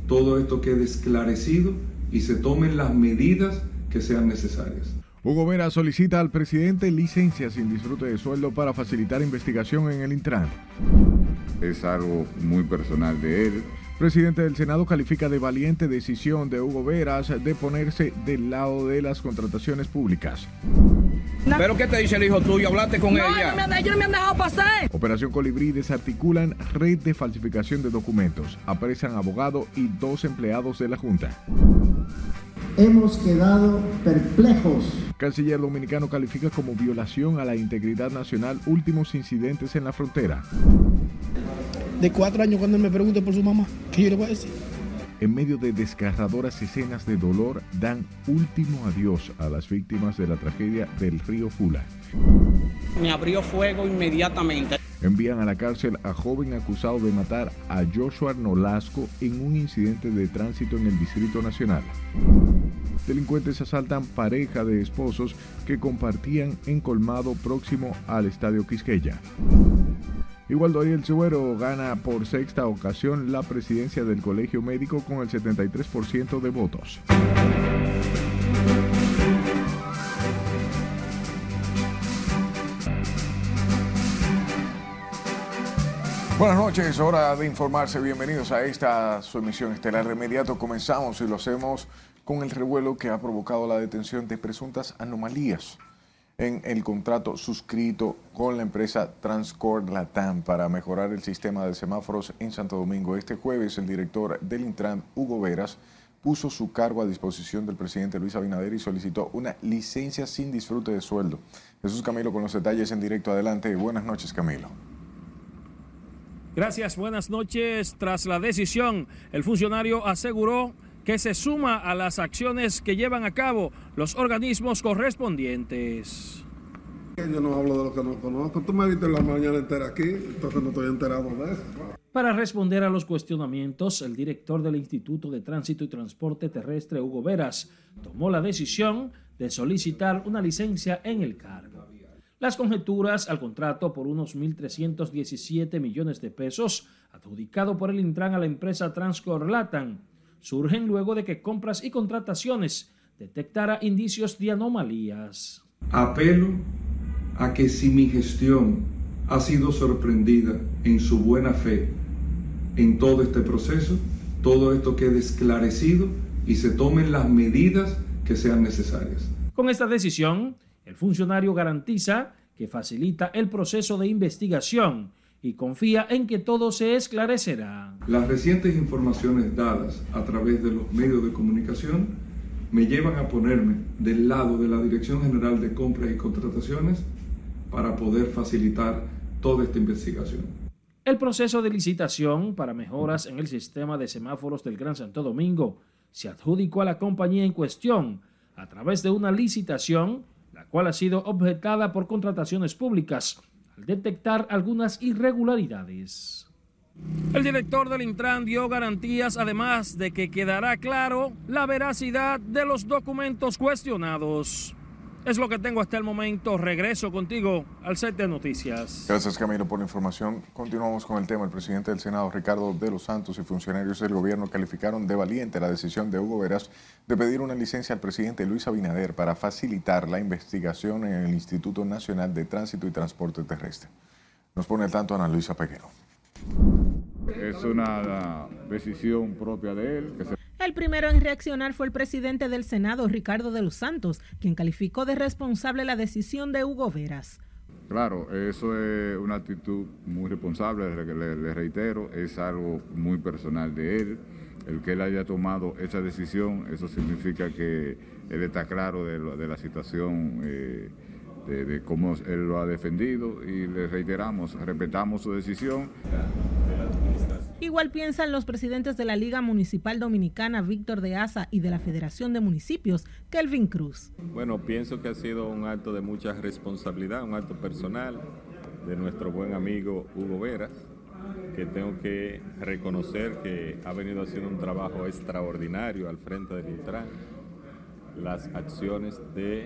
todo esto quede esclarecido y se tomen las medidas que sean necesarias. Hugo Vera solicita al presidente licencia sin disfrute de sueldo para facilitar investigación en el Intran. Es algo muy personal de él. Presidente del Senado califica de valiente decisión de Hugo Veras de ponerse del lado de las contrataciones públicas. ¿Pero qué te dice el hijo tuyo? ¿Hablaste con ella? No, ellos no me han dejado pasar. Operación Colibrí: desarticulan red de falsificación de documentos. Apresan abogado y 2 empleados de la Junta. Hemos quedado perplejos. Canciller dominicano califica como violación a la integridad nacional últimos incidentes en la frontera. De 4 años cuando él me pregunte por su mamá, ¿qué yo le voy a decir? En medio de desgarradoras escenas de dolor, dan último adiós a las víctimas de la tragedia del río Fula. Me abrió fuego inmediatamente. Envían a la cárcel a joven acusado de matar a Joshua Nolasco en un incidente de tránsito en el Distrito Nacional. Delincuentes asaltan pareja de esposos que compartían en colmado próximo al Estadio Quisqueya. Igualdo Ariel Suero gana por 6ª ocasión la presidencia del Colegio Médico con el 73% de votos. Buenas noches, hora de informarse. Bienvenidos a esta su emisión estelar. De inmediato comenzamos y lo hacemos con el revuelo que ha provocado la detención de presuntas anomalías en el contrato suscrito con la empresa Transcorp Latam para mejorar el sistema de semáforos en Santo Domingo. Este jueves, el director del Intran, Hugo Veras, puso su cargo a disposición del presidente Luis Abinader y solicitó una licencia sin disfrute de sueldo. Jesús Camilo con los detalles en directo. Adelante. Buenas noches, Camilo. Gracias, buenas noches. Tras la decisión, el funcionario aseguró que se suma a las acciones que llevan a cabo los organismos correspondientes. Yo no hablo de lo que no conozco. Tú me viste la mañana entera aquí, entonces no estoy enterado de eso. Para responder a los cuestionamientos, el director del Instituto de Tránsito y Transporte Terrestre, Hugo Veras, tomó la decisión de solicitar una licencia en el cargo. Las conjeturas al contrato por unos 1.317 millones de pesos, adjudicado por el Intran a la empresa Transcorp Latam, surgen luego de que Compras y Contrataciones detectara indicios de anomalías. Apelo a que si mi gestión ha sido sorprendida en su buena fe en todo este proceso, todo esto quede esclarecido y se tomen las medidas que sean necesarias. Con esta decisión, el funcionario garantiza que facilita el proceso de investigación y confía en que todo se esclarecerá. Las recientes informaciones dadas a través de los medios de comunicación me llevan a ponerme del lado de la Dirección General de Compras y Contrataciones para poder facilitar toda esta investigación. El proceso de licitación para mejoras en el sistema de semáforos del Gran Santo Domingo se adjudicó a la compañía en cuestión a través de una licitación, la cual ha sido objetada por contrataciones públicas al detectar algunas irregularidades. El director del Intran dio garantías, además de que quedará claro la veracidad de los documentos cuestionados. Es lo que tengo hasta el momento. Regreso contigo al set de noticias. Gracias, Camilo, por la información. Continuamos con el tema. El presidente del Senado, Ricardo de los Santos, y funcionarios del gobierno calificaron de valiente la decisión de Hugo Veras de pedir una licencia al presidente Luis Abinader para facilitar la investigación en el Instituto Nacional de Tránsito y Transporte Terrestre. Nos pone al tanto Ana Luisa Peguero. Es una decisión propia de él. El primero en reaccionar fue el presidente del Senado, Ricardo de los Santos, quien calificó de responsable la decisión de Hugo Veras. Claro, eso es una actitud muy responsable, le reitero, es algo muy personal de él. El que él haya tomado esa decisión, eso significa que él está claro de la situación, de cómo él lo ha defendido, y le reiteramos, respetamos su decisión. Igual piensan los presidentes de la Liga Municipal Dominicana, Víctor de Asa, y de la Federación de Municipios, Kelvin Cruz. Bueno, pienso que ha sido un acto de mucha responsabilidad, un acto personal de nuestro buen amigo Hugo Veras, que tengo que reconocer que ha venido haciendo un trabajo extraordinario al frente del Intran. Las acciones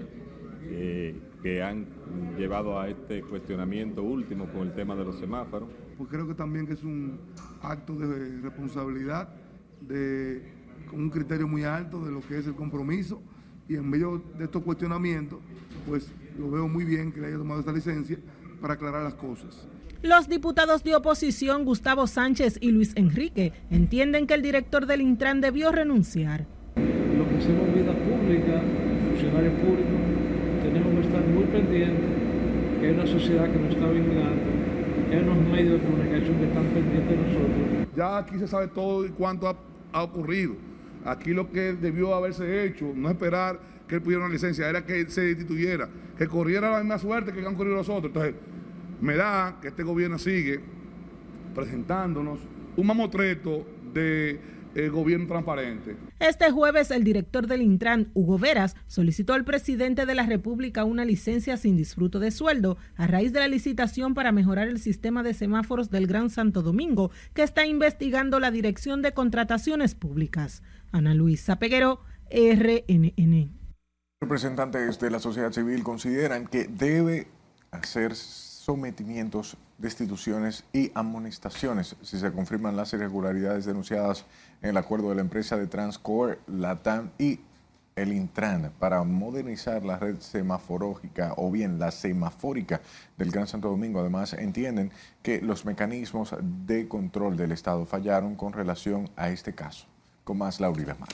que han llevado a este cuestionamiento último con el tema de los semáforos. Pues creo que también que es un acto de responsabilidad con un criterio muy alto de lo que es el compromiso, y en medio de estos cuestionamientos, pues lo veo muy bien que le haya tomado esta licencia para aclarar las cosas. Los diputados de oposición, Gustavo Sánchez y Luis Enrique, entienden que el director del Intran debió renunciar. Lo que hacemos vida pública, funcionarios públicos, tenemos que estar muy pendientes, que hay una sociedad que nos está vigilando, que hay unos medios de comunicación que están pendientes de nosotros. Ya aquí se sabe todo y cuánto ha ocurrido. Aquí lo que debió haberse hecho, no esperar que él pudiera una licencia, era que se destituyera, que corriera la misma suerte que han corrido los otros. Entonces, me da que este gobierno sigue presentándonos un mamotreto de gobierno transparente. Este jueves, el director del Intran, Hugo Veras, solicitó al presidente de la República una licencia sin disfruto de sueldo a raíz de la licitación para mejorar el sistema de semáforos del Gran Santo Domingo, que está investigando la Dirección de Contrataciones Públicas. Ana Luisa Peguero, RNN. Representantes de la sociedad civil consideran que debe hacer sometimientos, destituciones y amonestaciones si se confirman las irregularidades denunciadas en el acuerdo de la empresa de Transcorp, Latam y el Intran para modernizar la red semafórica o bien la semafórica del Gran Santo Domingo. Además, entienden que los mecanismos de control del Estado fallaron con relación a este caso. Con más, Laura Lamar.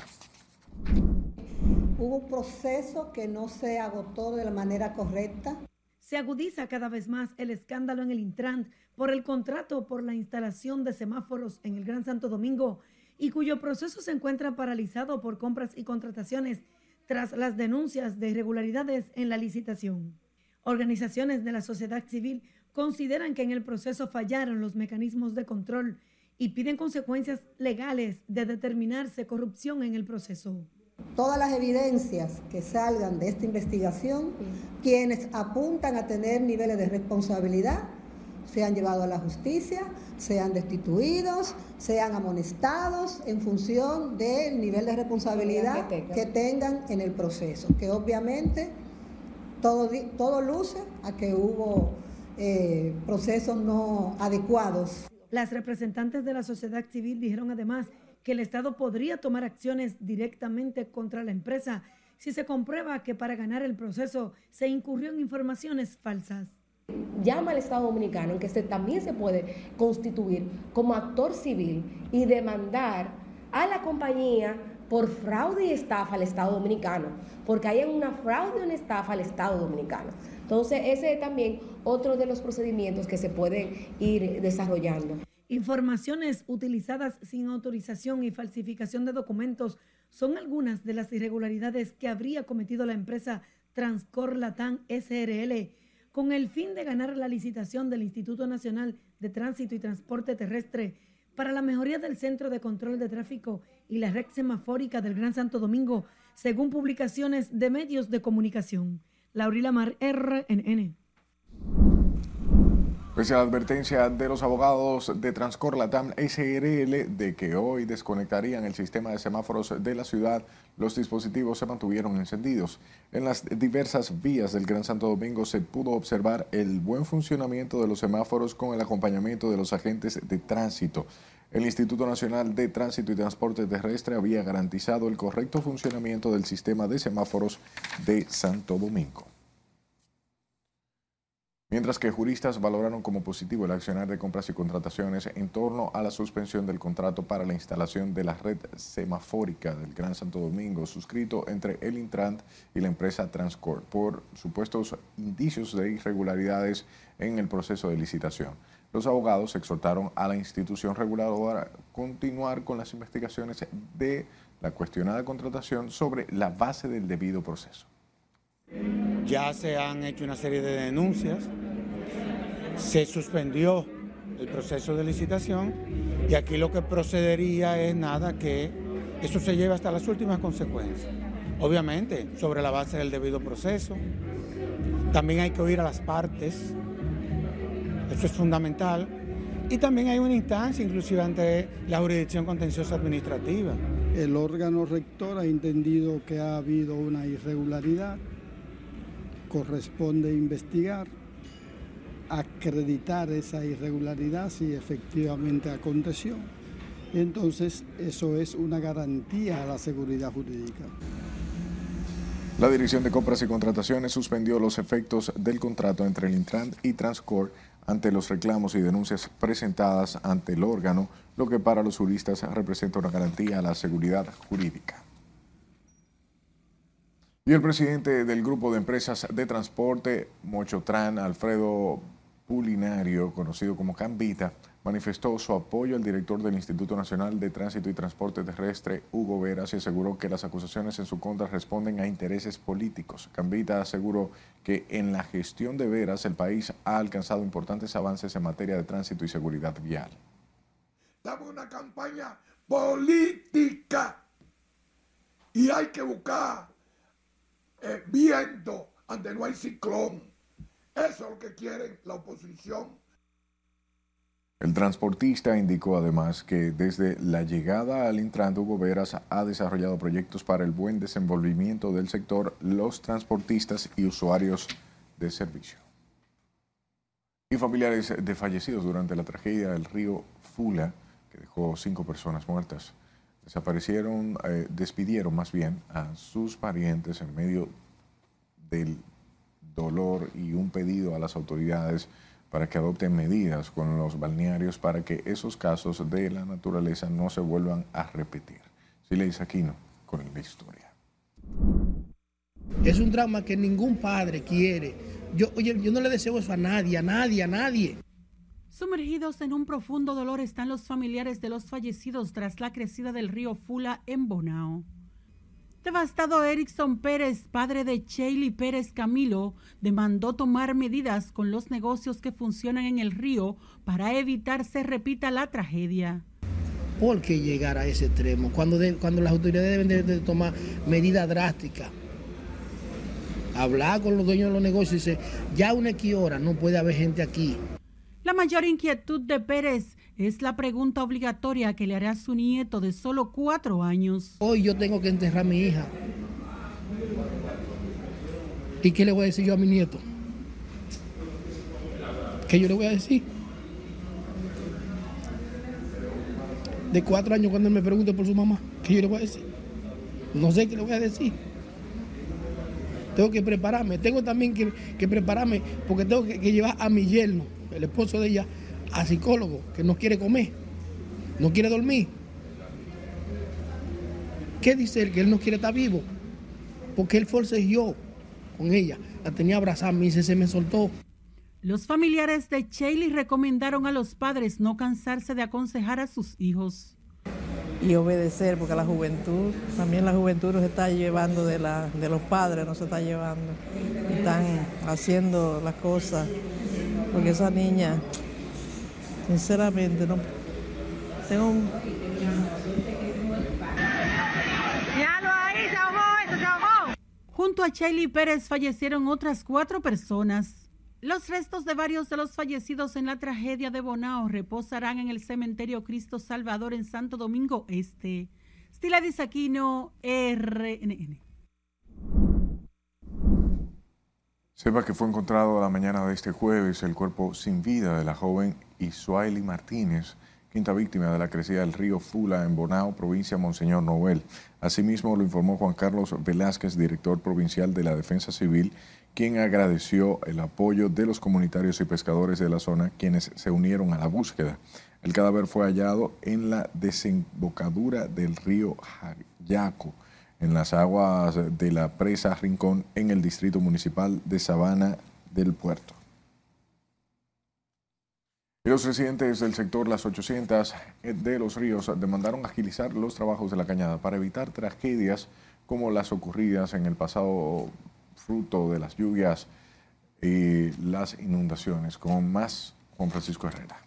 Hubo un proceso que no se agotó de la manera correcta. Se agudiza cada vez más el escándalo en el Intran por el contrato por la instalación de semáforos en el Gran Santo Domingo y cuyo proceso se encuentra paralizado por compras y contrataciones tras las denuncias de irregularidades en la licitación. Organizaciones de la sociedad civil consideran que en el proceso fallaron los mecanismos de control y piden consecuencias legales de determinarse corrupción en el proceso. Todas las evidencias que salgan de esta investigación, quienes apuntan a tener niveles de responsabilidad, sean llevados a la justicia, sean destituidos, sean amonestados en función del nivel de responsabilidad que tengan en el proceso, que obviamente todo luce a que hubo procesos no adecuados. Las representantes de la sociedad civil dijeron además que el Estado podría tomar acciones directamente contra la empresa si se comprueba que para ganar el proceso se incurrió en informaciones falsas. Llama al Estado Dominicano en que también se puede constituir como actor civil y demandar a la compañía por fraude y estafa al Estado Dominicano, porque hay una fraude y una estafa al Estado Dominicano. Entonces, ese es también otro de los procedimientos que se pueden ir desarrollando. Informaciones utilizadas sin autorización y falsificación de documentos son algunas de las irregularidades que habría cometido la empresa Transcorp Latam SRL con el fin de ganar la licitación del Instituto Nacional de Tránsito y Transporte Terrestre para la mejoría del Centro de Control de Tráfico y la red semafórica del Gran Santo Domingo, según publicaciones de medios de comunicación. Laura Lamar, RNN. Pese a la advertencia de los abogados de Transcorp Latam SRL de que hoy desconectarían el sistema de semáforos de la ciudad, los dispositivos se mantuvieron encendidos. En las diversas vías del Gran Santo Domingo se pudo observar el buen funcionamiento de los semáforos con el acompañamiento de los agentes de tránsito. El Instituto Nacional de Tránsito y Transporte Terrestre había garantizado el correcto funcionamiento del sistema de semáforos de Santo Domingo. Mientras que juristas valoraron como positivo el accionar de compras y contrataciones en torno a la suspensión del contrato para la instalación de la red semafórica del Gran Santo Domingo, suscrito entre el Intran y la empresa Transcorp, por supuestos indicios de irregularidades en el proceso de licitación. Los abogados exhortaron a la institución reguladora a continuar con las investigaciones de la cuestionada contratación sobre la base del debido proceso. Ya se han hecho una serie de denuncias, se suspendió el proceso de licitación y aquí lo que procedería es que eso se lleve hasta las últimas consecuencias. Obviamente, sobre la base del debido proceso, también hay que oír a las partes, eso es fundamental, y también hay una instancia inclusive ante la jurisdicción contenciosa administrativa. El órgano rector ha entendido que ha habido una irregularidad. Corresponde investigar, acreditar esa irregularidad si efectivamente aconteció Entonces, eso es una garantía a la seguridad jurídica. La Dirección de Compras y Contrataciones suspendió los efectos del contrato entre el Intran y Transcorp ante los reclamos y denuncias presentadas ante el órgano, lo que para los juristas representa una garantía a la seguridad jurídica. Y el presidente del Grupo de Empresas de Transporte Mochotran, Alfredo Pulinario, conocido como Cambita, manifestó su apoyo al director del Instituto Nacional de Tránsito y Transporte Terrestre, Hugo Veras, y aseguró que las acusaciones en su contra responden a intereses políticos. Cambita aseguró que en la gestión de Veras el país ha alcanzado importantes avances en materia de tránsito y seguridad vial. Estamos en una campaña política y hay que buscar viento donde no hay ciclón. Eso es lo que quiere la oposición. El transportista indicó además que desde la llegada al Intran, Hugo Veras ha desarrollado proyectos para el buen desenvolvimiento del sector, los transportistas y usuarios de servicio. Y familiares de fallecidos durante la tragedia del río Fula, que dejó 5 personas muertas, despidieron más bien a sus parientes en medio del dolor y un pedido a las autoridades para que adopten medidas con los balnearios para que esos casos de la naturaleza no se vuelvan a repetir. Sileis Aquino con la historia. Es un drama que ningún padre quiere. Yo no le deseo eso a nadie. Sumergidos en un profundo dolor están los familiares de los fallecidos tras la crecida del río Fula en Bonao. Devastado, Erickson Pérez, padre de Sheili Pérez Camilo, demandó tomar medidas con los negocios que funcionan en el río para evitar se repita la tragedia. ¿Por qué llegar a ese extremo? Cuando las autoridades deben de tomar medidas drásticas. Hablar con los dueños de los negocios y decir, ya una hora no puede haber gente aquí. La mayor inquietud de Pérez es la pregunta obligatoria que le hará a su nieto de solo 4 años. Hoy yo tengo que enterrar a mi hija. ¿Y qué le voy a decir yo a mi nieto? ¿Qué yo le voy a decir? De 4 años cuando él me pregunte por su mamá, ¿qué yo le voy a decir? No sé qué le voy a decir. Tengo que prepararme, tengo también que prepararme porque tengo que llevar a mi yerno, el esposo de ella, a psicólogo, que no quiere comer, no quiere dormir. ¿Qué dice él? Que él no quiere estar vivo, porque él forcejeó con ella, la tenía abrazada, me dice, se me soltó. Los familiares de Sheili recomendaron a los padres no cansarse de aconsejar a sus hijos. Y obedecer, porque la juventud nos está llevando de los padres, no se está llevando. Están haciendo las cosas, porque esa niña, sinceramente, no tengo un... Junto a Sheili Pérez fallecieron otras 4 personas. Los restos de varios de los fallecidos en la tragedia de Bonao reposarán en el cementerio Cristo Salvador en Santo Domingo Este. Stiladis Aquino, RNN. Sepa que fue encontrado a la mañana de este jueves el cuerpo sin vida de la joven Isuaili Martínez, quinta víctima de la crecida del río Fula en Bonao, provincia Monseñor Noel. Asimismo lo informó Juan Carlos Velázquez, director provincial de la Defensa Civil, quien agradeció el apoyo de los comunitarios y pescadores de la zona, quienes se unieron a la búsqueda. El cadáver fue hallado en la desembocadura del río Jayaco, en las aguas de la presa Rincón, en el distrito municipal de Sabana del Puerto. Y los residentes del sector Las 800 de Los Ríos demandaron agilizar los trabajos de la cañada para evitar tragedias como las ocurridas en el pasado fruto de las lluvias y las inundaciones. Con más, Juan Francisco Herrera.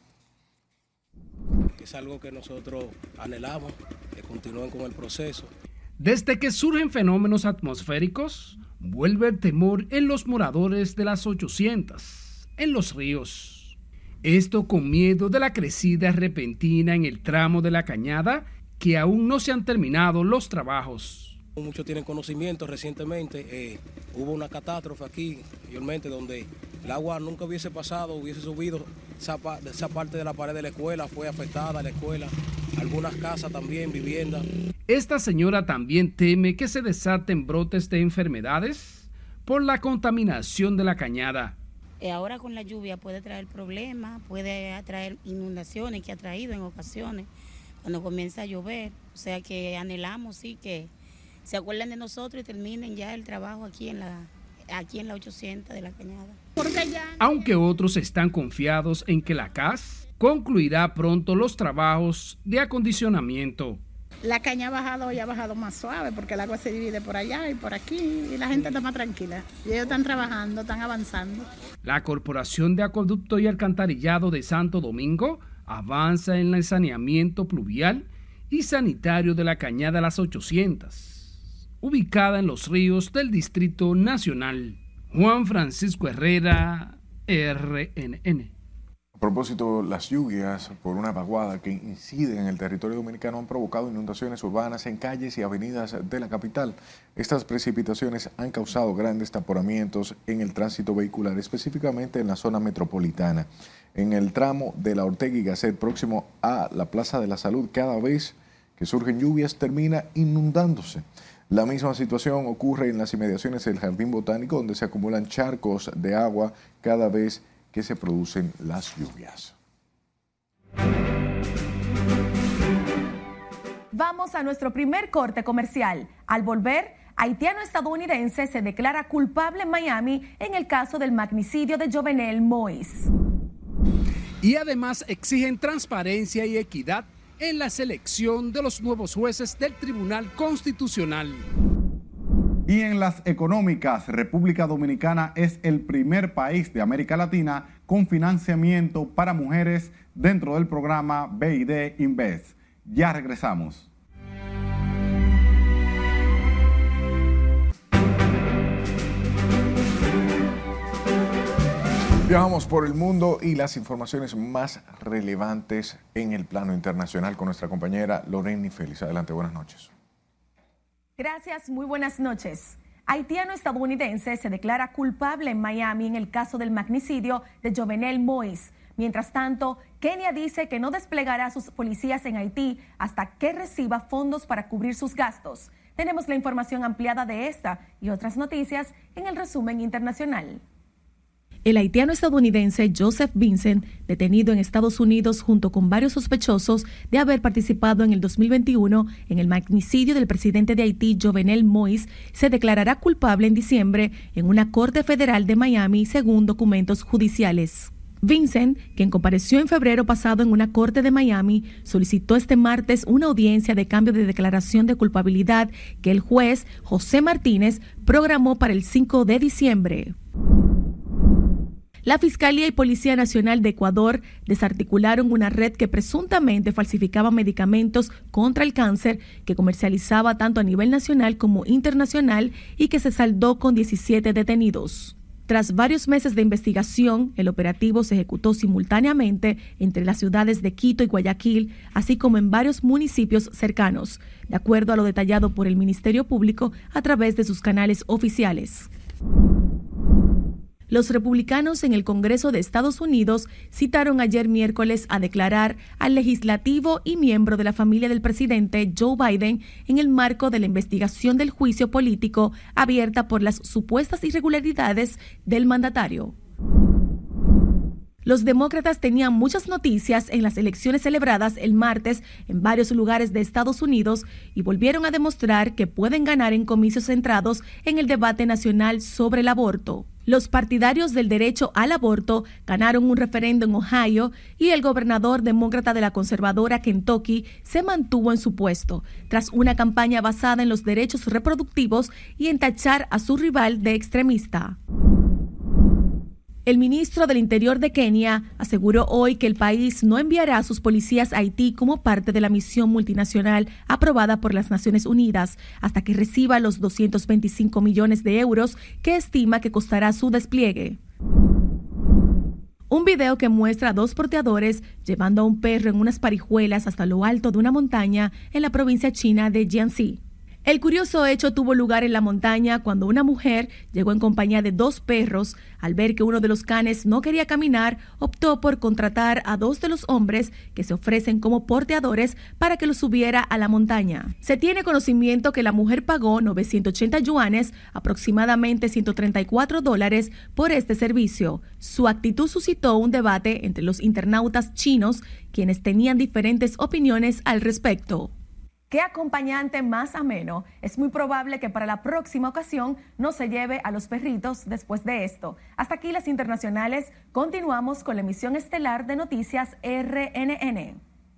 Es algo que nosotros anhelamos, que continúen con el proceso. Desde que surgen fenómenos atmosféricos, vuelve el temor en los moradores de Las 800, en Los Ríos. Esto con miedo de la crecida repentina en el tramo de la cañada, que aún no se han terminado los trabajos. Muchos tienen conocimiento recientemente, hubo una catástrofe aquí, mayormente, donde el agua nunca hubiese pasado, hubiese subido, esa parte de la pared de la escuela fue afectada, la escuela, algunas casas también, viviendas. Esta señora también teme que se desaten brotes de enfermedades por la contaminación de la cañada. Ahora con la lluvia puede traer problemas, puede traer inundaciones que ha traído en ocasiones cuando comienza a llover. O sea que anhelamos sí que se acuerden de nosotros y terminen ya el trabajo aquí en la 800 de la cañada. Aunque otros están confiados en que la CAS concluirá pronto los trabajos de acondicionamiento. La caña ha bajado más suave porque el agua se divide por allá y por aquí y la gente está más tranquila. Y ellos están trabajando, están avanzando. La Corporación de Acueducto y Alcantarillado de Santo Domingo avanza en el saneamiento pluvial y sanitario de la cañada Las 800, ubicada en los ríos del Distrito Nacional. Juan Francisco Herrera, RNN. A propósito, las lluvias por una vaguada que incide en el territorio dominicano han provocado inundaciones urbanas en calles y avenidas de la capital. Estas precipitaciones han causado grandes taponamientos en el tránsito vehicular, específicamente en la zona metropolitana. En el tramo de la Ortega y Gasset, próximo a la Plaza de la Salud, cada vez que surgen lluvias termina inundándose. La misma situación ocurre en las inmediaciones del Jardín Botánico, donde se acumulan charcos de agua cada vez que se producen las lluvias. Vamos a nuestro primer corte comercial. Al volver, haitiano-estadounidense se declara culpable en Miami en el caso del magnicidio de Jovenel Moïse. Y además exigen transparencia y equidad en la selección de los nuevos jueces del Tribunal Constitucional. Y en las económicas, República Dominicana es el primer país de América Latina con financiamiento para mujeres dentro del programa BID Invest. Ya regresamos. Viajamos por el mundo y las informaciones más relevantes en el plano internacional con nuestra compañera Loreni Félix. Adelante, buenas noches. Gracias, muy buenas noches. Haitiano-estadounidense se declara culpable en Miami en el caso del magnicidio de Jovenel Moïse. Mientras tanto, Kenia dice que no desplegará a sus policías en Haití hasta que reciba fondos para cubrir sus gastos. Tenemos la información ampliada de esta y otras noticias en el resumen internacional. El haitiano-estadounidense Joseph Vincent, detenido en Estados Unidos junto con varios sospechosos de haber participado en el 2021 en el magnicidio del presidente de Haití, Jovenel Moïse, se declarará culpable en diciembre en una corte federal de Miami, según documentos judiciales. Vincent, quien compareció en febrero pasado en una corte de Miami, solicitó este martes una audiencia de cambio de declaración de culpabilidad que el juez José Martínez programó para el 5 de diciembre. La Fiscalía y Policía Nacional de Ecuador desarticularon una red que presuntamente falsificaba medicamentos contra el cáncer que comercializaba tanto a nivel nacional como internacional y que se saldó con 17 detenidos. Tras varios meses de investigación, el operativo se ejecutó simultáneamente entre las ciudades de Quito y Guayaquil, así como en varios municipios cercanos, de acuerdo a lo detallado por el Ministerio Público a través de sus canales oficiales. Los republicanos en el Congreso de Estados Unidos citaron ayer miércoles a declarar al legislativo y miembro de la familia del presidente Joe Biden en el marco de la investigación del juicio político abierta por las supuestas irregularidades del mandatario. Los demócratas tenían muchas noticias en las elecciones celebradas el martes en varios lugares de Estados Unidos y volvieron a demostrar que pueden ganar en comicios centrados en el debate nacional sobre el aborto. Los partidarios del derecho al aborto ganaron un referendo en Ohio y el gobernador demócrata de la conservadora Kentucky se mantuvo en su puesto, tras una campaña basada en los derechos reproductivos y en tachar a su rival de extremista. El ministro del Interior de Kenia aseguró hoy que el país no enviará a sus policías a Haití como parte de la misión multinacional aprobada por las Naciones Unidas hasta que reciba los 225 millones de euros que estima que costará su despliegue. Un video que muestra a dos porteadores llevando a un perro en unas parijuelas hasta lo alto de una montaña en la provincia china de Jiangxi. El curioso hecho tuvo lugar en la montaña cuando una mujer llegó en compañía de 2 perros. Al ver que uno de los canes no quería caminar, optó por contratar a 2 de los hombres que se ofrecen como porteadores para que lo subiera a la montaña. Se tiene conocimiento que la mujer pagó 980 yuanes, aproximadamente $134, por este servicio. Su actitud suscitó un debate entre los internautas chinos, quienes tenían diferentes opiniones al respecto. ¿Qué acompañante más ameno? Es muy probable que para la próxima ocasión no se lleve a los perritos después de esto. Hasta aquí las internacionales. Continuamos con la emisión estelar de Noticias RNN.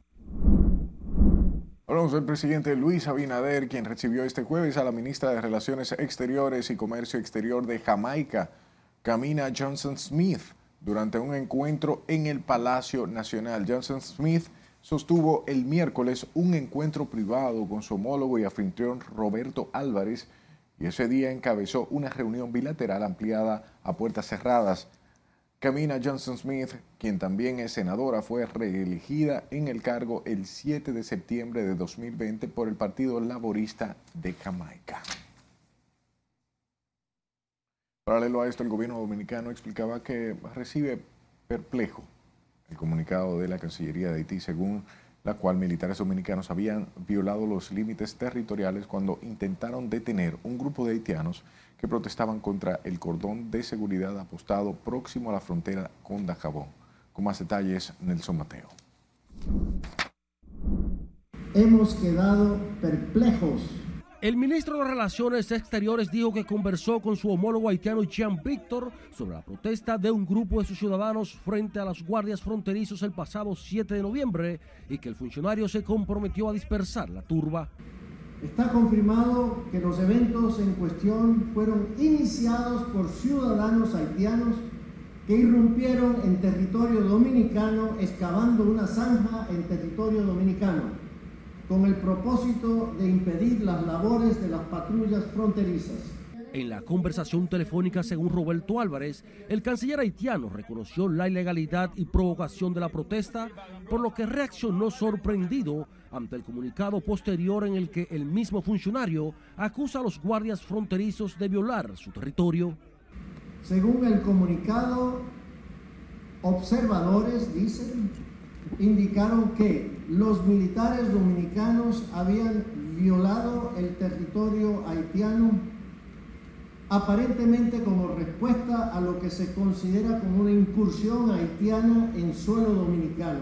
Hablamos del presidente Luis Abinader, quien recibió este jueves a la ministra de Relaciones Exteriores y Comercio Exterior de Jamaica, Kamina Johnson-Smith, durante un encuentro en el Palacio Nacional. Johnson-Smith sostuvo el miércoles un encuentro privado con su homólogo y anfitrión Roberto Álvarez, y ese día encabezó una reunión bilateral ampliada a puertas cerradas. Kamina Johnson-Smith, quien también es senadora, fue reelegida en el cargo el 7 de septiembre de 2020 por el Partido Laborista de Jamaica. Paralelo a esto, el gobierno dominicano explicaba que recibe perplejo el comunicado de la Cancillería de Haití, según la cual militares dominicanos habían violado los límites territoriales cuando intentaron detener un grupo de haitianos que protestaban contra el cordón de seguridad apostado próximo a la frontera con Dajabón. Con más detalles, Nelson Mateo. Hemos quedado perplejos. El ministro de Relaciones Exteriores dijo que conversó con su homólogo haitiano Jean Víctor sobre la protesta de un grupo de sus ciudadanos frente a los guardias fronterizos el pasado 7 de noviembre y que el funcionario se comprometió a dispersar la turba. Está confirmado que los eventos en cuestión fueron iniciados por ciudadanos haitianos que irrumpieron en territorio dominicano excavando una zanja en territorio dominicano, con el propósito de impedir las labores de las patrullas fronterizas. En la conversación telefónica, según Roberto Álvarez, el canciller haitiano reconoció la ilegalidad y provocación de la protesta, por lo que reaccionó sorprendido ante el comunicado posterior en el que el mismo funcionario acusa a los guardias fronterizos de violar su territorio. Según el comunicado, observadores, dicen, indicaron que los militares dominicanos habían violado el territorio haitiano, aparentemente como respuesta a lo que se considera como una incursión haitiana en suelo dominicano,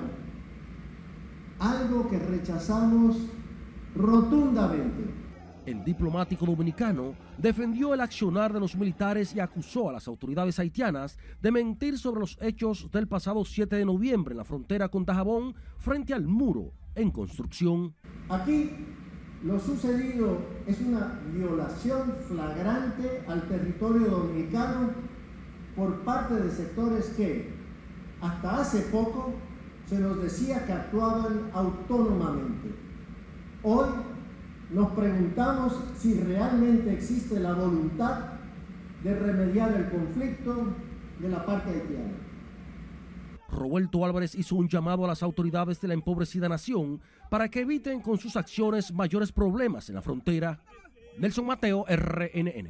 algo que rechazamos rotundamente. El diplomático dominicano defendió el accionar de los militares y acusó a las autoridades haitianas de mentir sobre los hechos del pasado 7 de noviembre en la frontera con Dajabón frente al muro en construcción. Aquí lo sucedido es una violación flagrante al territorio dominicano por parte de sectores que hasta hace poco se nos decía que actuaban autónomamente. Hoy nos preguntamos si realmente existe la voluntad de remediar el conflicto de la parte haitiana. Roberto Álvarez hizo un llamado a las autoridades de la empobrecida nación para que eviten con sus acciones mayores problemas en la frontera. Nelson Mateo, RNN.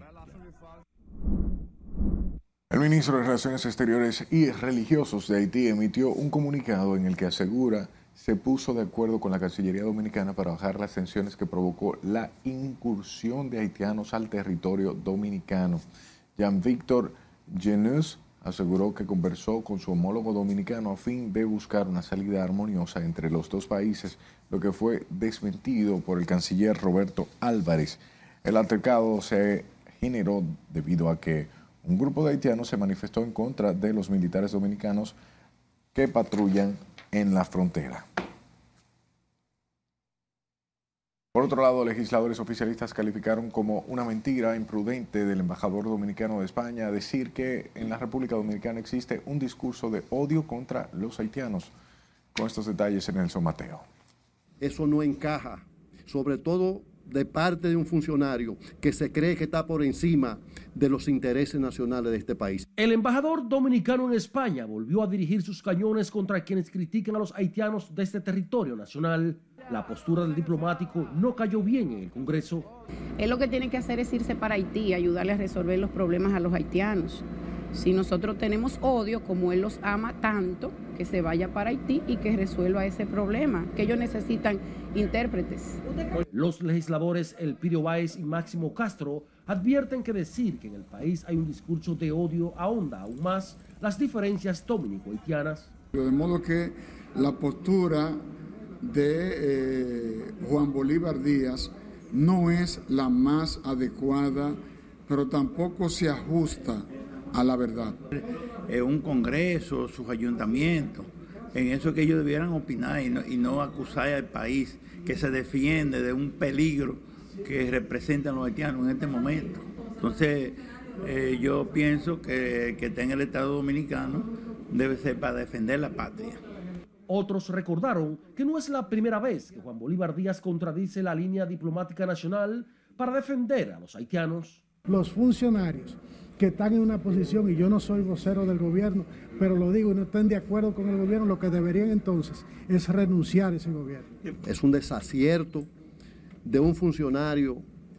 El ministro de Relaciones Exteriores y Religiosos de Haití emitió un comunicado en el que asegura se puso de acuerdo con la Cancillería Dominicana para bajar las tensiones que provocó la incursión de haitianos al territorio dominicano. Jean-Victor Genus aseguró que conversó con su homólogo dominicano a fin de buscar una salida armoniosa entre los dos países, lo que fue desmentido por el canciller Roberto Álvarez. El altercado se generó debido a que un grupo de haitianos se manifestó en contra de los militares dominicanos que patrullan en la frontera. Por otro lado, legisladores oficialistas calificaron como una mentira imprudente del embajador dominicano de España decir que en la República Dominicana existe un discurso de odio contra los haitianos. Con estos detalles, Nelson Mateo. Eso no encaja, sobre todo de parte de un funcionario que se cree que está por encima de los intereses nacionales de este país. El embajador dominicano en España volvió a dirigir sus cañones contra quienes critican a los haitianos de este territorio nacional. La postura del diplomático no cayó bien en el Congreso. Él lo que tiene que hacer es irse para Haití y ayudarle a resolver los problemas a los haitianos. Si nosotros tenemos odio, como él los ama tanto, que se vaya para Haití y que resuelva ese problema, que ellos necesitan intérpretes. Los legisladores Elpidio Báez y Máximo Castro advierten que decir que en el país hay un discurso de odio ahonda aún más las diferencias dominico-haitianas. De modo que la postura de Juan Bolívar Díaz no es la más adecuada, pero tampoco se ajusta a la verdad. Un congreso, sus ayuntamientos, en eso que ellos debieran opinar y no acusar al país que se defiende de un peligro que representan los haitianos en este momento. Entonces, yo pienso que está en el Estado Dominicano debe ser para defender la patria. Otros recordaron que no es la primera vez que Juan Bolívar Díaz contradice la línea diplomática nacional para defender a los haitianos. Los funcionarios que están en una posición, y yo no soy vocero del gobierno, pero lo digo, y no estén de acuerdo con el gobierno, lo que deberían entonces es renunciar a ese gobierno. Es un desacierto de un funcionario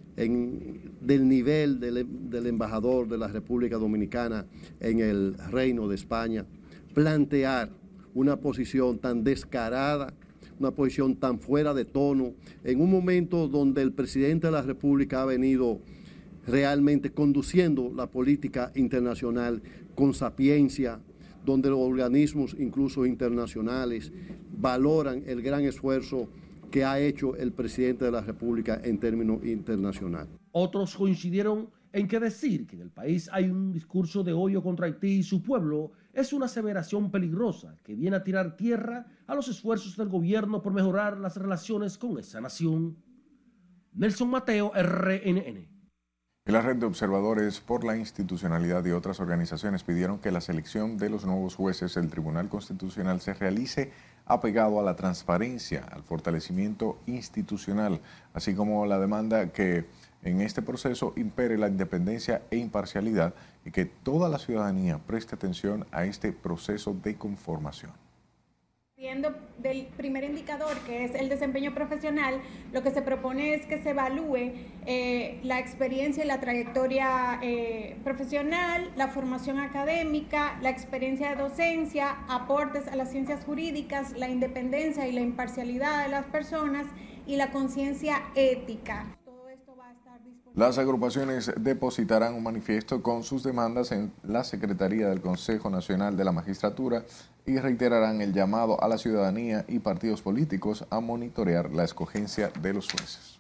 del nivel del embajador de la República Dominicana en el Reino de España plantear una posición tan descarada, una posición tan fuera de tono, en un momento donde el presidente de la República ha venido realmente conduciendo la política internacional con sapiencia, donde los organismos incluso internacionales valoran el gran esfuerzo que ha hecho el presidente de la República en términos internacionales. Otros coincidieron en que decir que en el país hay un discurso de odio contra Haití y su pueblo es una aseveración peligrosa que viene a tirar tierra a los esfuerzos del gobierno por mejorar las relaciones con esa nación. Nelson Mateo, RNN. La red de observadores por la institucionalidad y otras organizaciones pidieron que la selección de los nuevos jueces del Tribunal Constitucional se realice apegado a la transparencia, al fortalecimiento institucional, así como la demanda que en este proceso impere la independencia e imparcialidad y que toda la ciudadanía preste atención a este proceso de conformación. Del primer indicador, que es el desempeño profesional, lo que se propone es que se evalúe la experiencia y la trayectoria profesional, la formación académica, la experiencia de docencia, aportes a las ciencias jurídicas, la independencia y la imparcialidad de las personas y la conciencia ética. Las agrupaciones depositarán un manifiesto con sus demandas en la Secretaría del Consejo Nacional de la Magistratura y reiterarán el llamado a la ciudadanía y partidos políticos a monitorear la escogencia de los jueces.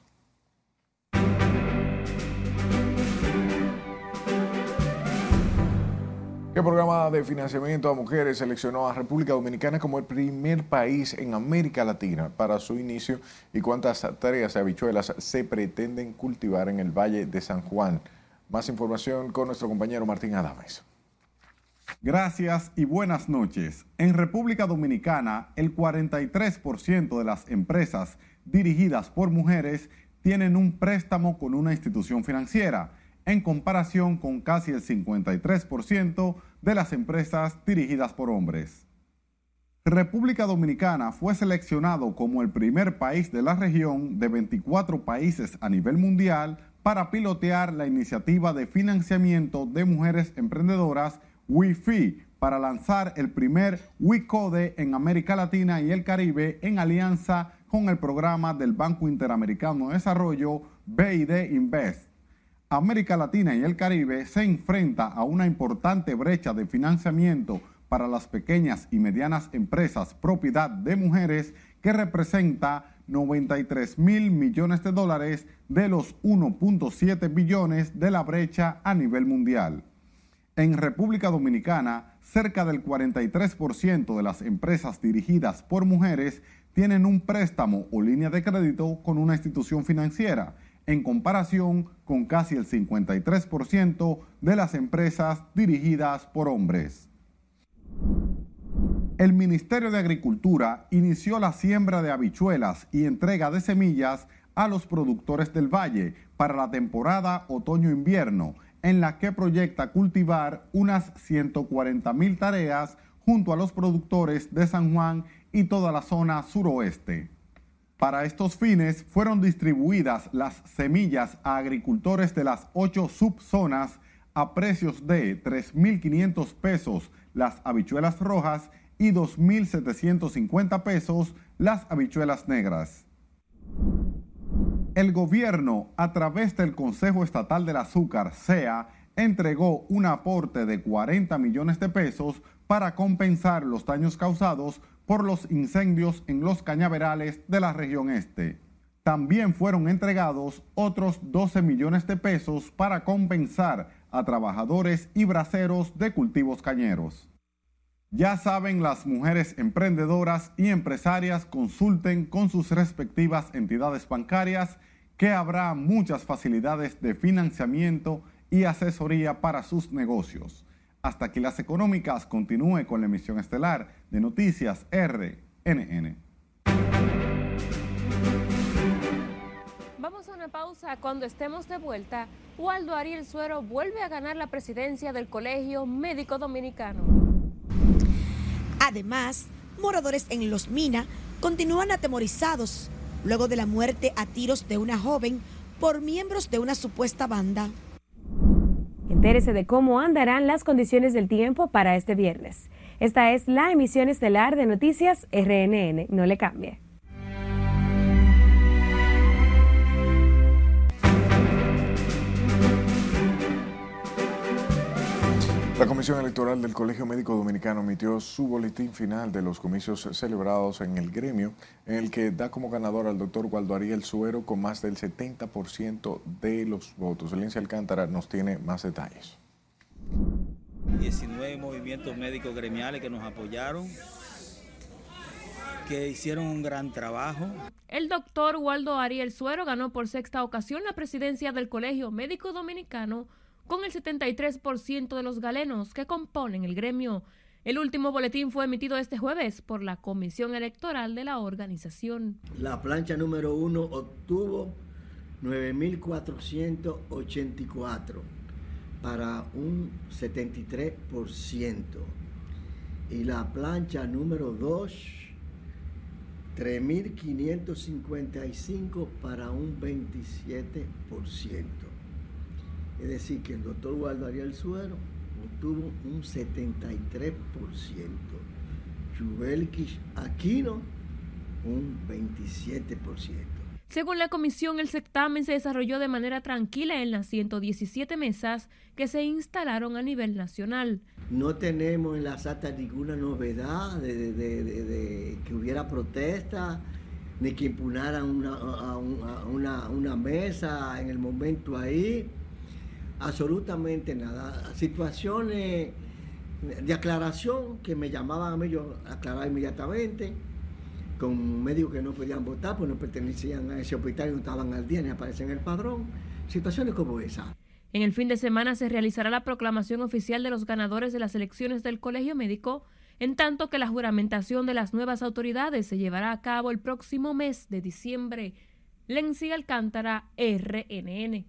¿Qué programa de financiamiento a mujeres seleccionó a República Dominicana como el primer país en América Latina para su inicio y cuántas tareas de habichuelas se pretenden cultivar en el Valle de San Juan? Más información con nuestro compañero Martín Adames. Gracias y buenas noches. En República Dominicana, el 43% de las empresas dirigidas por mujeres tienen un préstamo con una institución financiera, en comparación con casi el 53% de las empresas dirigidas por hombres. República Dominicana fue seleccionado como el primer país de la región de 24 países a nivel mundial para pilotear la iniciativa de financiamiento de mujeres emprendedoras WeFi, para lanzar el primer WeCode en América Latina y el Caribe en alianza con el programa del Banco Interamericano de Desarrollo BID Invest. América Latina y el Caribe se enfrenta a una importante brecha de financiamiento para las pequeñas y medianas empresas propiedad de mujeres que representa 93.000 millones de dólares de los 1.7 billones de la brecha a nivel mundial. En República Dominicana, cerca del 43% de las empresas dirigidas por mujeres tienen un préstamo o línea de crédito con una institución financiera, en comparación con casi el 53% de las empresas dirigidas por hombres. El Ministerio de Agricultura inició la siembra de habichuelas y entrega de semillas a los productores del Valle para la temporada otoño-invierno, en la que proyecta cultivar unas 140.000 tareas junto a los productores de San Juan y toda la zona suroeste. Para estos fines fueron distribuidas las semillas a agricultores de las 8 subzonas a precios de 3.500 pesos las habichuelas rojas y 2.750 pesos las habichuelas negras. El gobierno, a través del Consejo Estatal del Azúcar, CEA, entregó un aporte de 40 millones de pesos para compensar los daños causados por los incendios en los cañaverales de la región este. También fueron entregados otros 12 millones de pesos para compensar a trabajadores y braceros de cultivos cañeros. Ya saben, las mujeres emprendedoras y empresarias consulten con sus respectivas entidades bancarias que habrá muchas facilidades de financiamiento y asesoría para sus negocios. Hasta aquí Las Económicas. Continúe con la emisión estelar de Noticias RNN. Vamos a una pausa. Cuando estemos de vuelta, Waldo Ariel Suero vuelve a ganar la presidencia del Colegio Médico Dominicano. Además, moradores en Los Mina continúan atemorizados luego de la muerte a tiros de una joven por miembros de una supuesta banda. Entérese de cómo andarán las condiciones del tiempo para este viernes. Esta es la emisión estelar de Noticias RNN. No le cambie. La Comisión Electoral del Colegio Médico Dominicano emitió su boletín final de los comicios celebrados en el gremio, en el que da como ganador al doctor Waldo Ariel Suero con más del 70% de los votos. Elencia Alcántara nos tiene más detalles. 19 movimientos médicos gremiales que nos apoyaron, que hicieron un gran trabajo. El doctor Waldo Ariel Suero ganó por sexta ocasión la presidencia del Colegio Médico Dominicano con el 73% de los galenos que componen el gremio. El último boletín fue emitido este jueves por la Comisión Electoral de la organización. La plancha número 1 obtuvo 9.484 para un 73%. Y la plancha número 2, 3.555 para un 27%. Es decir, que el doctor Waldo Ariel Suero obtuvo un 73%, Yubelkis Aquino un 27%. Según la comisión, el certamen se desarrolló de manera tranquila en las 117 mesas que se instalaron a nivel nacional. No tenemos en las actas ninguna novedad de que hubiera protesta, ni que impugnaran una mesa en el momento ahí. Absolutamente nada. Situaciones de aclaración que me llamaban a mí, yo aclaraba inmediatamente, con médicos que no podían votar, pues no pertenecían a ese hospital y no estaban al día ni aparecían en el padrón. Situaciones como esa. En el fin de semana se realizará la proclamación oficial de los ganadores de las elecciones del Colegio Médico, en tanto que la juramentación de las nuevas autoridades se llevará a cabo el próximo mes de diciembre. Lency Alcántara, RNN.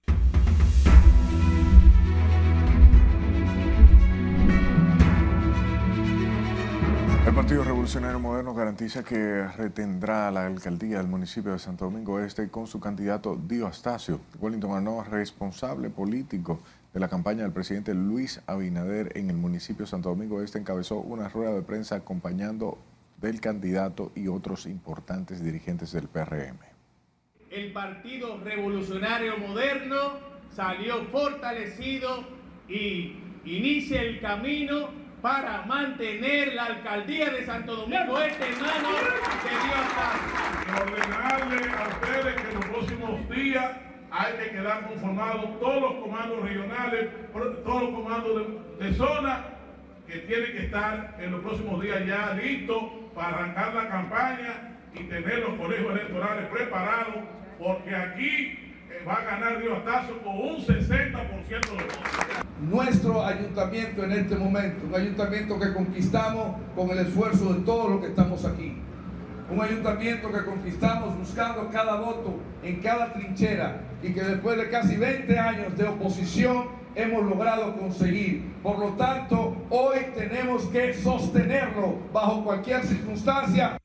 El Partido Revolucionario Moderno garantiza que retendrá la alcaldía del municipio de Santo Domingo Este con su candidato Dio Astacio. Wellington Arnoa, responsable político de la campaña del presidente Luis Abinader en el municipio de Santo Domingo Este, encabezó una rueda de prensa acompañando del candidato y otros importantes dirigentes del PRM. El Partido Revolucionario Moderno salió fortalecido y inicia el camino para mantener la alcaldía de Santo Domingo Este en manos de Dio Astacio. Ordenarle a ustedes que en los próximos días hay que quedar conformados todos los comandos regionales, todos los comandos de zona, que tienen que estar en los próximos días ya listos para arrancar la campaña y tener los colegios electorales preparados, porque aquí va a ganar Dio Astacio con un 60% de los votos. Nuestro ayuntamiento en este momento, un ayuntamiento que conquistamos con el esfuerzo de todos los que estamos aquí, un ayuntamiento que conquistamos buscando cada voto en cada trinchera y que después de casi 20 años de oposición hemos logrado conseguir. Por lo tanto, hoy tenemos que sostenerlo bajo cualquier circunstancia.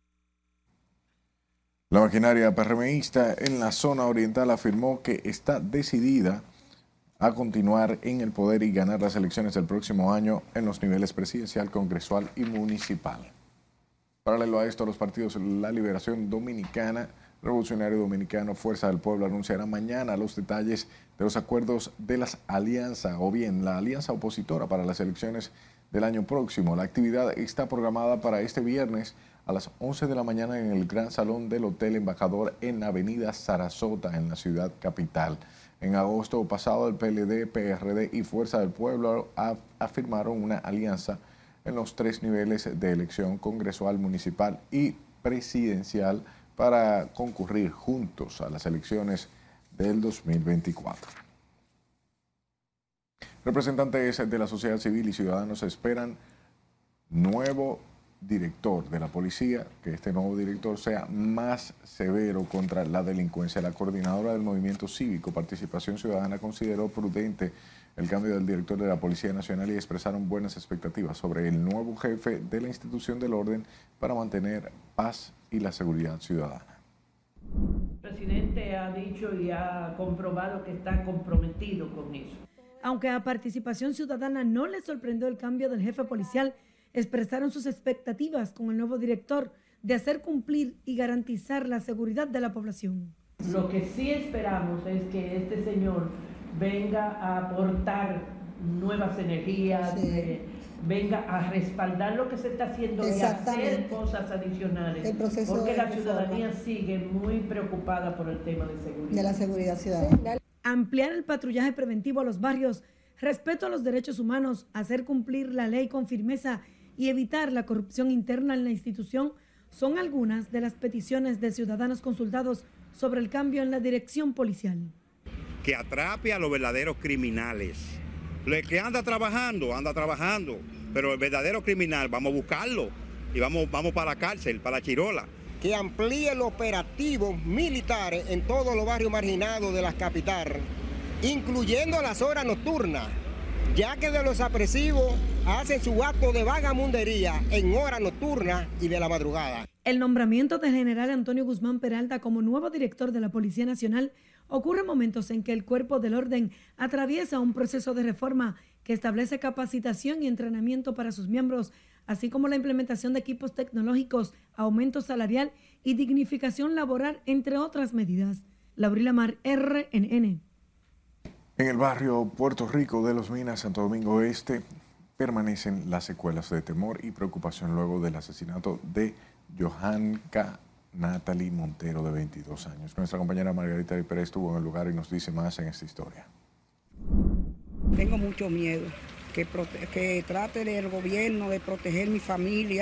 La maquinaria PRMista en la zona oriental afirmó que está decidida a continuar en el poder y ganar las elecciones del próximo año en los niveles presidencial, congresual y municipal. Paralelo a esto, los partidos La Liberación Dominicana, Revolucionario Dominicano, Fuerza del Pueblo anunciarán mañana los detalles de los acuerdos de las alianzas o bien la alianza opositora para las elecciones del año próximo. La actividad está programada para este viernes a las 11 de la mañana en el Gran Salón del Hotel Embajador en Avenida Sarasota, en la ciudad capital. En agosto pasado, el PLD, PRD y Fuerza del Pueblo afirmaron una alianza en los 3 niveles de elección congresual, municipal y presidencial para concurrir juntos a las elecciones del 2024. Representantes de la sociedad civil y ciudadanos esperan nuevo director de la policía, que este nuevo director sea más severo contra la delincuencia. La coordinadora del Movimiento Cívico Participación Ciudadana consideró prudente el cambio del director de la Policía Nacional y expresaron buenas expectativas sobre el nuevo jefe de la institución del orden para mantener paz y la seguridad ciudadana. El presidente ha dicho y ha comprobado que está comprometido con eso. Aunque a Participación Ciudadana no le sorprendió el cambio del jefe policial, expresaron sus expectativas con el nuevo director de hacer cumplir y garantizar la seguridad de la población. Lo que sí esperamos es que este señor venga a aportar nuevas energías, venga a respaldar lo que se está haciendo y hacer cosas adicionales, porque la ciudadanía sigue muy preocupada por el tema de seguridad. De la seguridad ciudadana. Ampliar el patrullaje preventivo a los barrios, respeto a los derechos humanos, hacer cumplir la ley con firmeza y evitar la corrupción interna en la institución son algunas de las peticiones de ciudadanos consultados sobre el cambio en la dirección policial. Que atrape a los verdaderos criminales. El que anda trabajando, pero el verdadero criminal vamos a buscarlo y vamos para la cárcel, para la chirola. Que amplíe los operativos militares en todos los barrios marginados de la capital, incluyendo las horas nocturnas, ya que de los apresivos hacen su acto de vagamundería en horas nocturnas y de la madrugada. El nombramiento del general Antonio Guzmán Peralta como nuevo director de la Policía Nacional ocurre en momentos en que el cuerpo del orden atraviesa un proceso de reforma que establece capacitación y entrenamiento para sus miembros, así como la implementación de equipos tecnológicos, aumento salarial y dignificación laboral, entre otras medidas. Laurila Mar, RNN. En el barrio Puerto Rico de Los Minas, Santo Domingo Este, permanecen las secuelas de temor y preocupación luego del asesinato de Johanka Natalie Montero, de 22 años. Nuestra compañera Margarita Pérez estuvo en el lugar y nos dice más en esta historia. Tengo mucho miedo, que trate el gobierno de proteger mi familia.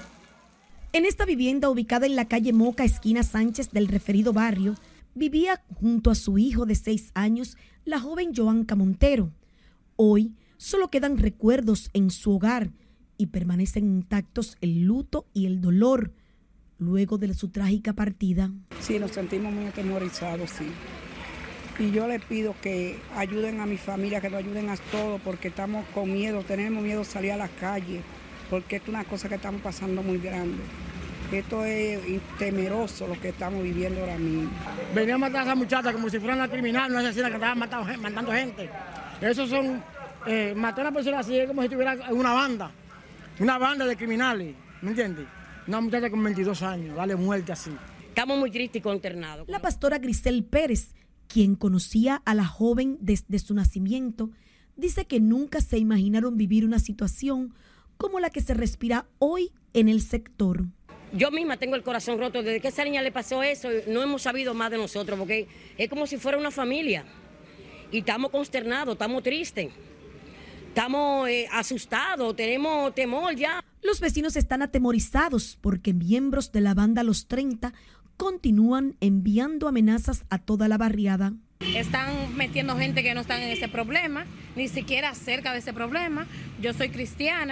En esta vivienda ubicada en la calle Moca, esquina Sánchez del referido barrio, vivía junto a su hijo de 6 años, la joven Johanka Montero. Hoy solo quedan recuerdos en su hogar y permanecen intactos el luto y el dolor luego de su trágica partida. Sí, nos sentimos muy atemorizados, sí. Y yo les pido que ayuden a mi familia, que nos ayuden a todos, porque estamos con miedo, tenemos miedo de salir a la calle, porque esto es una cosa que estamos pasando muy grande. Esto es temeroso lo que estamos viviendo ahora mismo. Venía a matar a esa muchacha como si fuera una criminal, una asesina que estaba matando gente. Esos son, matar a una persona así es como si estuviera en una banda de criminales, ¿me entiendes? Una muchacha con 22 años, darle muerte así. Estamos muy tristes y consternados. La pastora Grisel Pérez, quien conocía a la joven desde su nacimiento, dice que nunca se imaginaron vivir una situación como la que se respira hoy en el sector. Yo misma tengo el corazón roto. Desde que a esa niña le pasó eso, no hemos sabido más de nosotros, porque es como si fuera una familia. Y estamos consternados, estamos tristes, estamos asustados, tenemos temor ya. Los vecinos están atemorizados porque miembros de la banda Los 30 continúan enviando amenazas a toda la barriada. Están metiendo gente que no están en ese problema, ni siquiera cerca de ese problema. Yo soy cristiana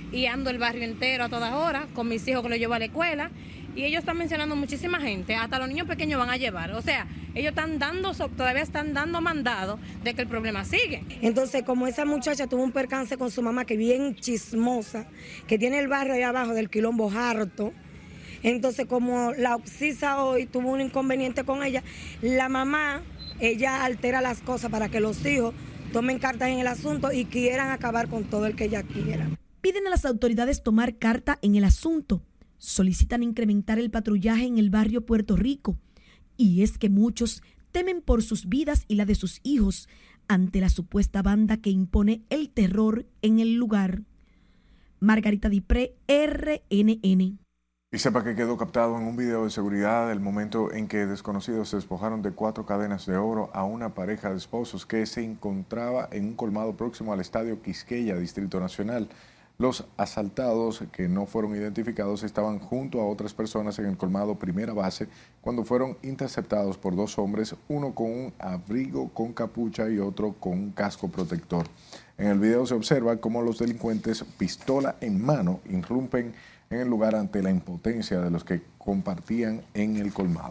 y ando el barrio entero a todas horas, con mis hijos que los llevo a la escuela, y ellos están mencionando muchísima gente, hasta los niños pequeños van a llevar. O sea, ellos todavía están dando mandado de que el problema sigue. Entonces, como esa muchacha tuvo un percance con su mamá, que bien chismosa, que tiene el barrio ahí abajo del Quilombo harto, entonces como la Oxisa hoy tuvo un inconveniente con ella, la mamá, ella altera las cosas para que los hijos tomen cartas en el asunto y quieran acabar con todo el que ella quiera. Piden a las autoridades tomar carta en el asunto. Solicitan incrementar el patrullaje en el barrio Puerto Rico. Y es que muchos temen por sus vidas y la de sus hijos ante la supuesta banda que impone el terror en el lugar. Margarita Dipré, RNN. Y sepa que quedó captado en un video de seguridad el momento en que desconocidos despojaron de 4 cadenas de oro a una pareja de esposos que se encontraba en un colmado próximo al Estadio Quisqueya, Distrito Nacional. Los asaltados, que no fueron identificados, estaban junto a otras personas en el colmado Primera Base cuando fueron interceptados por 2 hombres, uno con un abrigo con capucha y otro con un casco protector. En el video se observa cómo los delincuentes, pistola en mano, irrumpen en el lugar ante la impotencia de los que compartían en el colmado.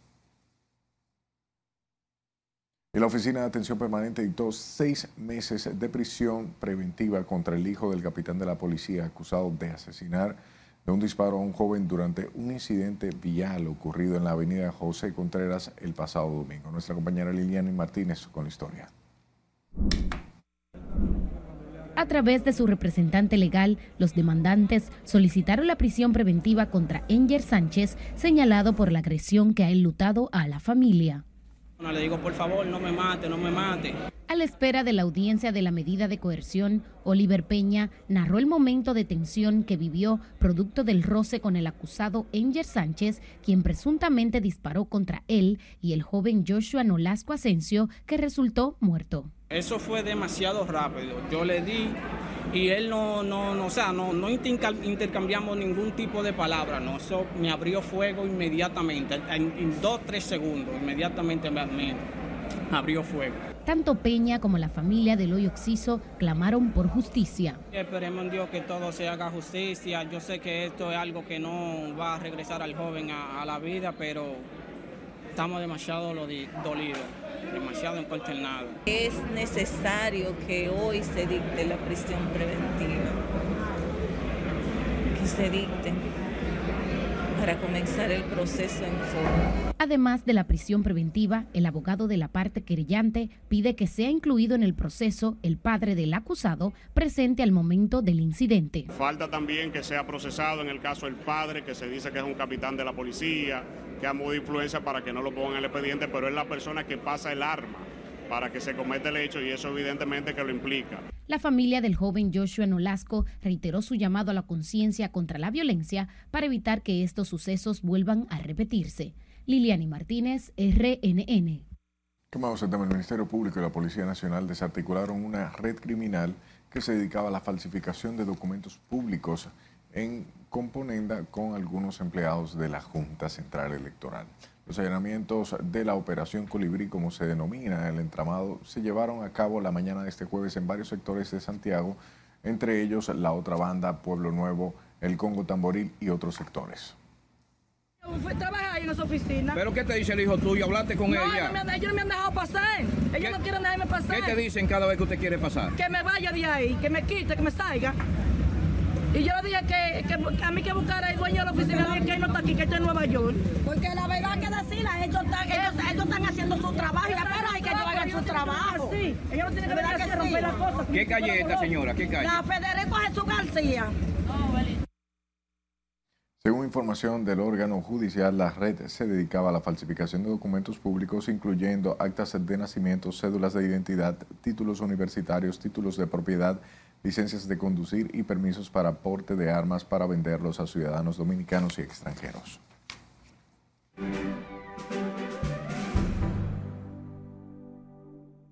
Y la Oficina de Atención Permanente dictó 6 meses de prisión preventiva contra el hijo del capitán de la policía acusado de asesinar de un disparo a un joven durante un incidente vial ocurrido en la avenida José Contreras el pasado domingo. Nuestra compañera Liliana Martínez con la historia. A través de su representante legal, los demandantes solicitaron la prisión preventiva contra Enger Sánchez, señalado por la agresión que ha enlutado a la familia. Le digo, por favor, no me mate, no me mate. A la espera de la audiencia de la medida de coerción, Oliver Peña narró el momento de tensión que vivió producto del roce con el acusado Enger Sánchez, quien presuntamente disparó contra él y el joven Joshua Nolasco Asensio, que resultó muerto. Eso fue demasiado rápido. Yo le di y él no intercambiamos ningún tipo de palabra, no. Eso me abrió fuego inmediatamente, en 2-3 segundos, inmediatamente me abrió fuego. Tanto Peña como la familia del hoy Oxiso clamaron por justicia. Esperemos en Dios que todo se haga justicia. Yo sé que esto es algo que no va a regresar al joven a la vida, pero estamos demasiado dolidos, demasiado consternados. Es necesario que hoy se dicte la prisión preventiva, que se dicte para comenzar el proceso en forma. Además de la prisión preventiva, el abogado de la parte querellante pide que sea incluido en el proceso el padre del acusado presente al momento del incidente. Falta también que sea procesado en el caso del padre, que se dice que es un capitán de la policía, que ha modo de influencia para que no lo pongan en el expediente, pero es la persona que pasa el arma para que se cometa el hecho y eso evidentemente que lo implica. La familia del joven Joshua Nolasco reiteró su llamado a la conciencia contra la violencia para evitar que estos sucesos vuelvan a repetirse. Liliani Martínez, RNN. Tomamos el tema. El Ministerio Público y la Policía Nacional desarticularon una red criminal que se dedicaba a la falsificación de documentos públicos en componenda con algunos empleados de la Junta Central Electoral. Los allanamientos de la Operación Colibrí, como se denomina el entramado, se llevaron a cabo la mañana de este jueves en varios sectores de Santiago, entre ellos la otra banda, Pueblo Nuevo, el Congo Tamboril y otros sectores. Trabaja ahí en esa oficina. ¿Pero qué te dice el hijo tuyo? ¿Hablaste con ella? Ellos no me han dejado pasar. Ellos no quieren dejarme pasar. ¿Qué te dicen cada vez que usted quiere pasar? Que me vaya de ahí, que me quite, que me salga. Y yo le dije que a mí que buscara el dueño de la oficina, que él no está aquí, que está en Nueva York. Porque la verdad hay que decirla, ellos están haciendo su trabajo y espera hay que ellos hagan su trabajo. Sí, ellos no tienen que venir a romper las cosas. ¿Qué calle es esta, señora? ¿Qué calle? La Federico Jesús García. Según información del órgano judicial, la red se dedicaba a la falsificación de documentos públicos, incluyendo actas de nacimiento, cédulas de identidad, títulos universitarios, títulos de propiedad, licencias de conducir y permisos para porte de armas para venderlos a ciudadanos dominicanos y extranjeros.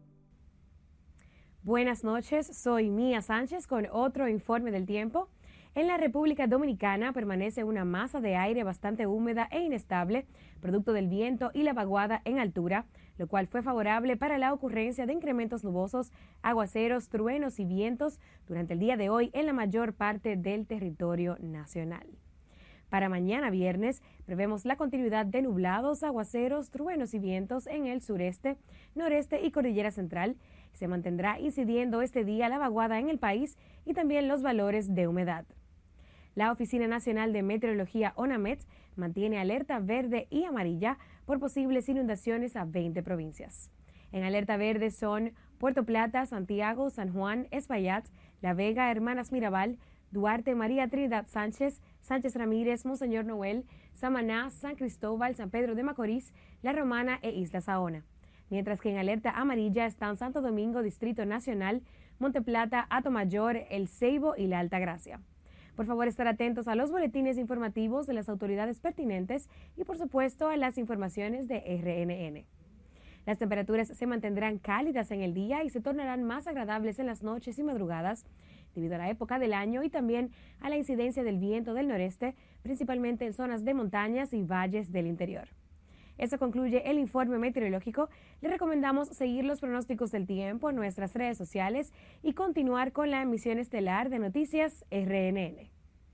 Buenas noches, soy Mía Sánchez con otro informe del tiempo. En la República Dominicana permanece una masa de aire bastante húmeda e inestable, producto del viento y la vaguada en altura, lo cual fue favorable para la ocurrencia de incrementos nubosos, aguaceros, truenos y vientos durante el día de hoy en la mayor parte del territorio nacional. Para mañana viernes prevemos la continuidad de nublados, aguaceros, truenos y vientos en el sureste, noreste y cordillera central. Se mantendrá incidiendo este día la vaguada en el país y también los valores de humedad. La Oficina Nacional de Meteorología ONAMET mantiene alerta verde y amarilla por posibles inundaciones a 20 provincias. En alerta verde son Puerto Plata, Santiago, San Juan, Espaillat, La Vega, Hermanas Mirabal, Duarte, María Trinidad Sánchez, Sánchez Ramírez, Monseñor Noel, Samaná, San Cristóbal, San Pedro de Macorís, La Romana e Isla Saona. Mientras que en alerta amarilla están Santo Domingo, Distrito Nacional, Monteplata, Atomayor, El Ceibo y La Altagracia. Por favor, estar atentos a los boletines informativos de las autoridades pertinentes y, por supuesto, a las informaciones de RNN. Las temperaturas se mantendrán cálidas en el día y se tornarán más agradables en las noches y madrugadas, debido a la época del año y también a la incidencia del viento del noreste, principalmente en zonas de montañas y valles del interior. Eso concluye el informe meteorológico. Le recomendamos seguir los pronósticos del tiempo en nuestras redes sociales y continuar con la emisión estelar de Noticias RNN.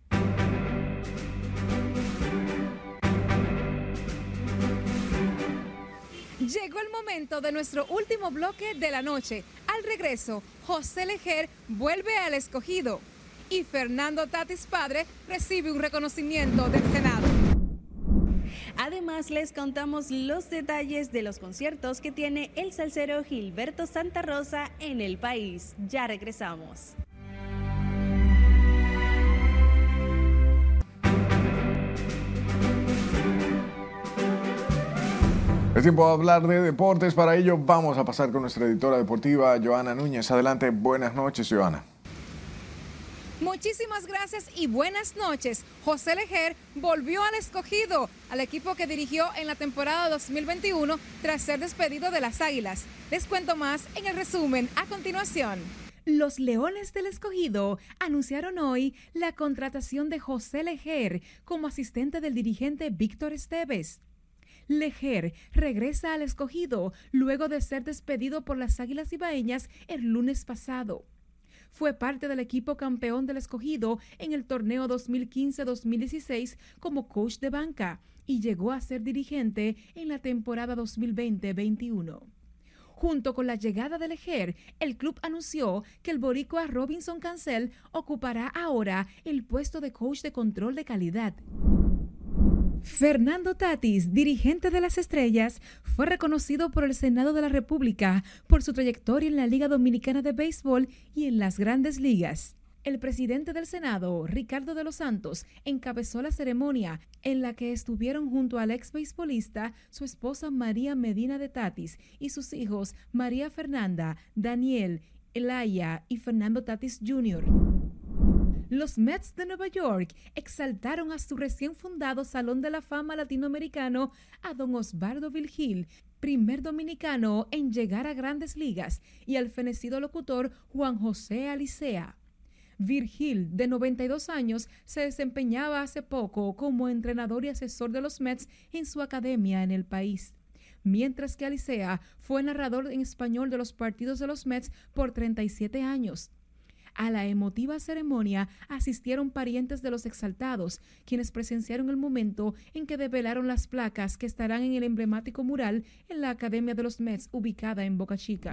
Llegó el momento de nuestro último bloque de la noche. Al regreso, José Leger vuelve al Escogido y Fernando Tatis padre recibe un reconocimiento del Senado. Además, les contamos los detalles de los conciertos que tiene el salsero Gilberto Santa Rosa en el país. Ya regresamos. Es tiempo de hablar de deportes. Para ello vamos a pasar con nuestra editora deportiva, Joana Núñez. Adelante, buenas noches, Joana. Muchísimas gracias y buenas noches. José Leger volvió al Escogido, al equipo que dirigió en la temporada 2021 tras ser despedido de las Águilas. Les cuento más en el resumen a continuación. Los Leones del Escogido anunciaron hoy la contratación de José Leger como asistente del dirigente Víctor Esteves. Leger regresa al Escogido luego de ser despedido por las Águilas Ibaeñas el lunes pasado. Fue parte del equipo campeón del Escogido en el torneo 2015-2016 como coach de banca y llegó a ser dirigente en la temporada 2020-21. Junto con la llegada de Leger, el club anunció que el boricua Robinson Cancel ocupará ahora el puesto de coach de control de calidad. Fernando Tatis, dirigente de las Estrellas, fue reconocido por el Senado de la República por su trayectoria en la Liga Dominicana de Béisbol y en las Grandes Ligas. El presidente del Senado, Ricardo de los Santos, encabezó la ceremonia en la que estuvieron junto al ex beisbolista, su esposa María Medina de Tatis y sus hijos María Fernanda, Daniel, Elaya y Fernando Tatis Jr. Los Mets de Nueva York exaltaron a su recién fundado Salón de la Fama Latinoamericano a don Osvaldo Virgil, primer dominicano en llegar a Grandes Ligas, y al fenecido locutor Juan José Alicea. Virgil, de 92 años, se desempeñaba hace poco como entrenador y asesor de los Mets en su academia en el país, mientras que Alicea fue narrador en español de los partidos de los Mets por 37 años. A la emotiva ceremonia asistieron parientes de los exaltados, quienes presenciaron el momento en que develaron las placas que estarán en el emblemático mural en la Academia de los Mets, ubicada en Boca Chica.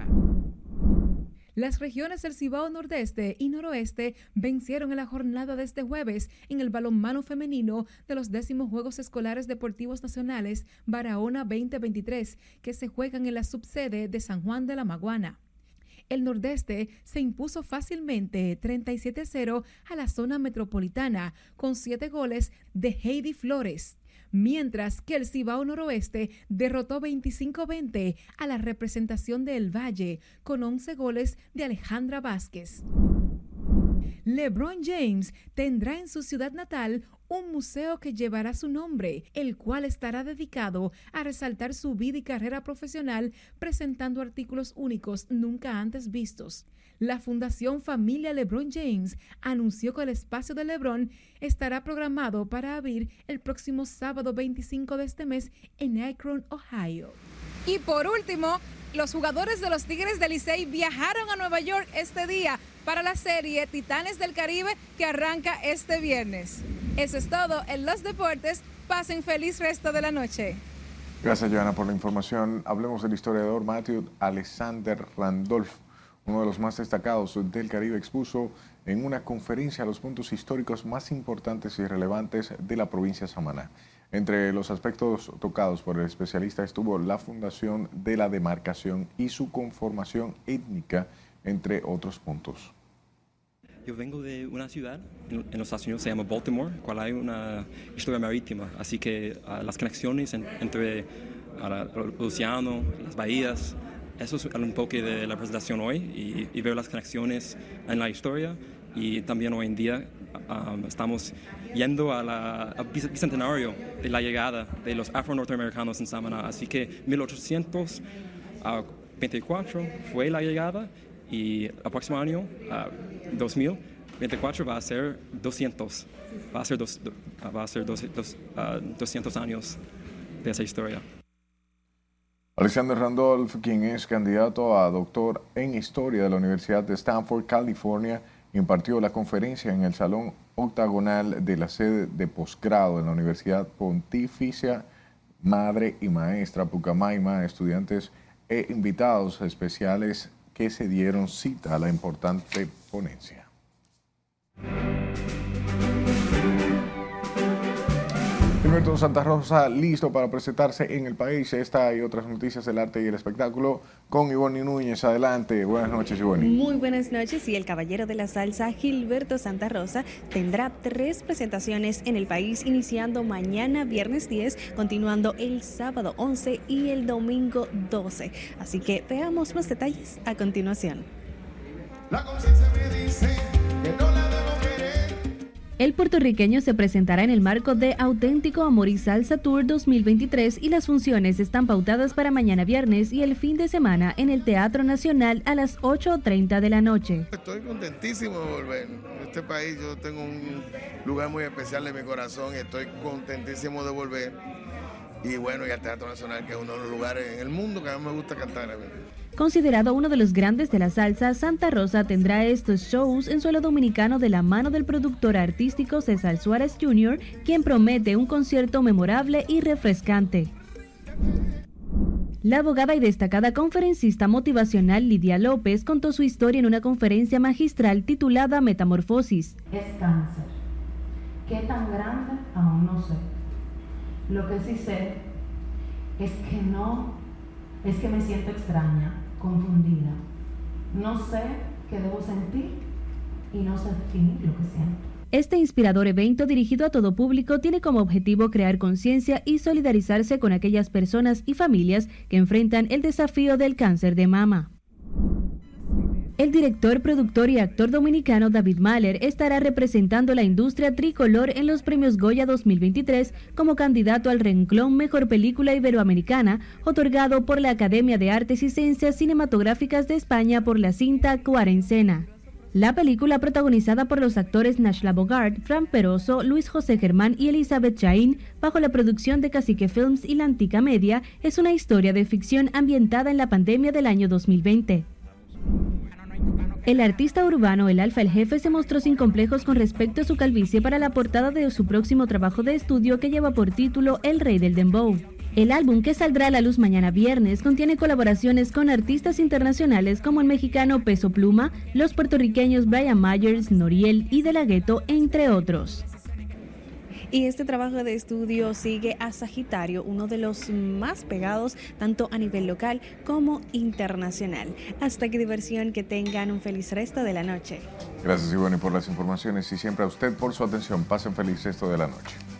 Las regiones del Cibao Nordeste y Noroeste vencieron en la jornada de este jueves en el balonmano femenino de los 10º Juegos Escolares Deportivos Nacionales Barahona 2023, que se juegan en la subsede de San Juan de la Maguana. El Nordeste se impuso fácilmente 37-0 a la zona metropolitana con 7 goles de Heidi Flores, mientras que el Cibao Noroeste derrotó 25-20 a la representación de El Valle con 11 goles de Alejandra Vázquez. LeBron James tendrá en su ciudad natal un museo que llevará su nombre, el cual estará dedicado a resaltar su vida y carrera profesional, presentando artículos únicos nunca antes vistos. La Fundación Familia LeBron James anunció que el espacio de LeBron estará programado para abrir el próximo sábado 25 de este mes en Akron, Ohio. Y por último, los jugadores de los Tigres del Licey viajaron a Nueva York este día para la serie Titanes del Caribe que arranca este viernes. Eso es todo en los deportes. Pasen feliz resto de la noche. Gracias, Joana, por la información. Hablemos del historiador Matthew Alexander Randolph, uno de los más destacados del Caribe, expuso en una conferencia los puntos históricos más importantes y relevantes de la provincia de Samaná. Entre los aspectos tocados por el especialista estuvo la fundación de la demarcación y su conformación étnica, entre otros puntos. Yo vengo de una ciudad en los Estados Unidos, se llama Baltimore, cual hay una historia marítima, así que las conexiones entre el océano, las bahías, eso es un poco de la presentación hoy y ver las conexiones en la historia, y también hoy en día estamos yendo al bicentenario de la llegada de los afro-norteamericanos en Samaná, así que 1824 fue la llegada y el próximo año, 2024, va a ser 200, va a ser 200 años de esa historia. Alexander Randolph, quien es candidato a doctor en Historia de la Universidad de Stanford, California, impartió la conferencia en el Salón Octagonal de la sede de posgrado de la Universidad Pontificia Madre y Maestra Pucamaima, estudiantes e invitados especiales que se dieron cita a la importante ponencia. Gilberto Santa Rosa, listo para presentarse en el país. Esta y otras noticias del arte y el espectáculo con Ivonne Núñez. Adelante. Buenas noches, Ivonne. Muy buenas noches. Y el caballero de la salsa, Gilberto Santa Rosa, tendrá 3 presentaciones en el país, iniciando mañana viernes 10, continuando el sábado 11 y el domingo 12. Así que veamos más detalles a continuación. La conciencia me dice que no la debo querer. El puertorriqueño se presentará en el marco de Auténtico Amor y Salsa Tour 2023 y las funciones están pautadas para mañana viernes y el fin de semana en el Teatro Nacional a las 8:30 de la noche. Estoy contentísimo de volver. En este país yo tengo un lugar muy especial en mi corazón y estoy contentísimo de volver. Y bueno, y al Teatro Nacional, que es uno de los lugares en el mundo que a mí me gusta cantar. Considerado uno de los grandes de la salsa, Santa Rosa tendrá estos shows en suelo dominicano de la mano del productor artístico César Suárez Jr., quien promete un concierto memorable y refrescante. La abogada y destacada conferencista motivacional Lidia López contó su historia en una conferencia magistral titulada Metamorfosis. Es cáncer. ¿Qué tan grande? Aún no sé. Lo que sí sé es que me siento extraña, confundida. No sé qué debo sentir y no sé definir lo que siento. Este inspirador evento dirigido a todo público tiene como objetivo crear conciencia y solidarizarse con aquellas personas y familias que enfrentan el desafío del cáncer de mama. El director, productor y actor dominicano David Mahler estará representando la industria tricolor en los premios Goya 2023 como candidato al renglón Mejor Película Iberoamericana, otorgado por la Academia de Artes y Ciencias Cinematográficas de España por la cinta Cuarencena. La película, protagonizada por los actores Nashla Bogart, Fran Peroso, Luis José Germán y Elizabeth Chaín, bajo la producción de Cacique Films y La Antica Media, es una historia de ficción ambientada en la pandemia del año 2020. El artista urbano El Alfa el Jefe se mostró sin complejos con respecto a su calvicie para la portada de su próximo trabajo de estudio que lleva por título El Rey del Dembow. El álbum, que saldrá a la luz mañana viernes, contiene colaboraciones con artistas internacionales como el mexicano Peso Pluma, los puertorriqueños Brian Myers, Noriel y De La Ghetto, entre otros. Y este trabajo de estudio sigue a Sagitario, uno de los más pegados tanto a nivel local como internacional. Hasta que diversión, que tengan un feliz resto de la noche. Gracias, Ivonne, por las informaciones y siempre a usted por su atención. Pasen feliz resto de la noche.